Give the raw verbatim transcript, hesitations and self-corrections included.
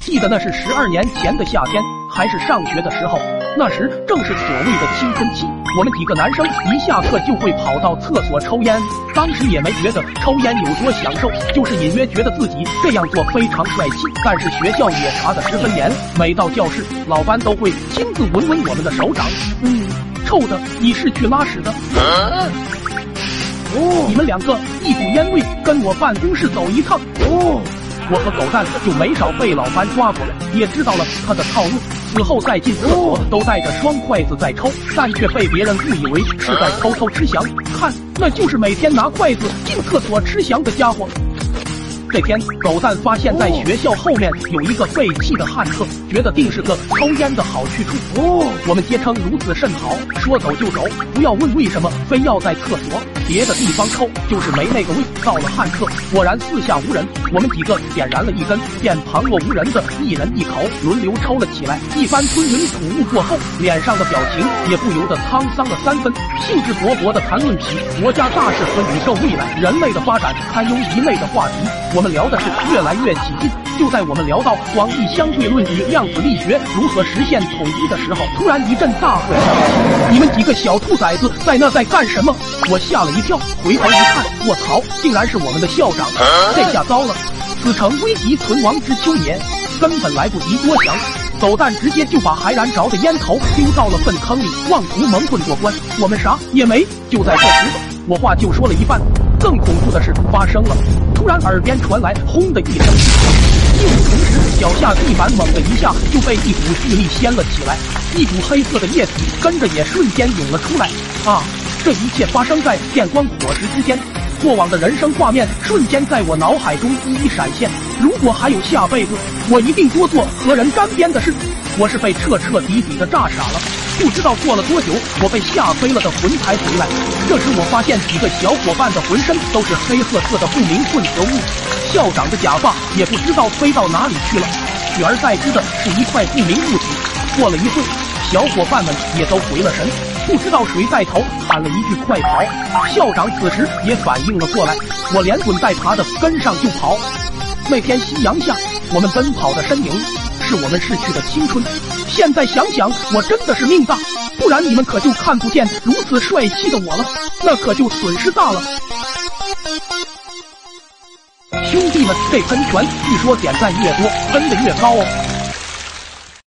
记得那是十二年前的夏天，还是上学的时候，那时正是所谓的青春期。我们几个男生一下课就会跑到厕所抽烟，当时也没觉得抽烟有多享受，就是隐约觉得自己这样做非常帅气。但是学校也查得十分严，每到教室，老班都会亲自闻闻我们的手掌。嗯，臭的，你是去拉屎的？啊哦，你们两个一股烟味，跟我办公室走一趟。哦，我和狗蛋就没少被老班抓过来，也知道了他的套路。此后再进厕所都带着双筷子在抽，但却被别人误以为是在偷偷吃翔。看，那就是每天拿筷子进厕所吃翔的家伙。这天，狗蛋发现在学校后面有一个废弃的旱厕，觉得定是个抽烟的好去处。哦，我们皆称如此甚好，说走就走，不要问为什么非要在厕所，别的地方抽就是没那个味。到了旱厕，果然四下无人，我们几个点燃了一根，便旁若无人的一人一口轮流抽了起来。一番吞云吐雾过后，脸上的表情也不由得沧桑了三分，兴致勃勃地谈论起国家大事和宇宙未来、人类的发展堪忧一类的话题。我们聊的是越来越起劲，就在我们聊到广义相对论与量子力学如何实现统一的时候，突然一阵大喝响起：“你们几个小兔崽子在那在干什么？”我吓了一跳，回头一看，卧槽，竟然是我们的校长！这下糟了，此诚危急存亡之秋也，根本来不及多想。狗蛋直接就把还燃着的烟头丢到了粪坑里，妄图蒙混过关。我们啥也没。就在这时，我话就说了一半，更恐怖的事发生了。突然耳边传来轰的一声，与此同时，脚下地板猛的一下就被一股巨力掀了起来，一股黑色的液体跟着也瞬间涌了出来。啊！这一切发生在电光火石之间，过往的人生画面瞬间在我脑海中一一闪现。如果还有下辈子，我一定多做和人沾边的事。我是被彻彻底底的炸傻了，不知道过了多久，我被吓飞了的魂才回来。这时我发现几个小伙伴的浑身都是黑褐色的不明混合物，校长的假发也不知道飞到哪里去了，取而代之的是一块不明物体。过了一会，小伙伴们也都回了神，不知道谁带头喊了一句快跑。校长此时也反应了过来，我连滚带爬的跟上就跑。那天夕阳下，我们奔跑的身影是我们逝去的青春。现在想想，我真的是命大，不然你们可就看不见如此帅气的我了，那可就损失大了。兄弟们，这喷泉据说点赞越多，喷得越高哦。